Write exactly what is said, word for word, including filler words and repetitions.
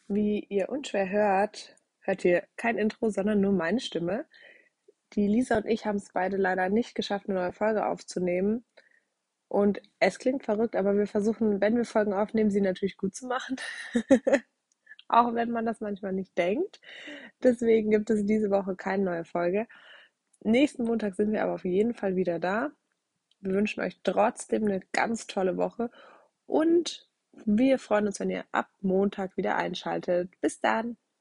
Wie ihr unschwer hört, hört ihr kein Intro, sondern nur meine Stimme. Die Lisa und ich haben es beide leider nicht geschafft, eine neue Folge aufzunehmen. Und es klingt verrückt, aber wir versuchen, wenn wir Folgen aufnehmen, sie natürlich gut zu machen. Auch wenn man das manchmal nicht denkt. Deswegen gibt es diese Woche keine neue Folge. Nächsten Montag sind wir aber auf jeden Fall wieder da. Wir wünschen euch trotzdem eine ganz tolle Woche und wir freuen uns, wenn ihr ab Montag wieder einschaltet. Bis dann!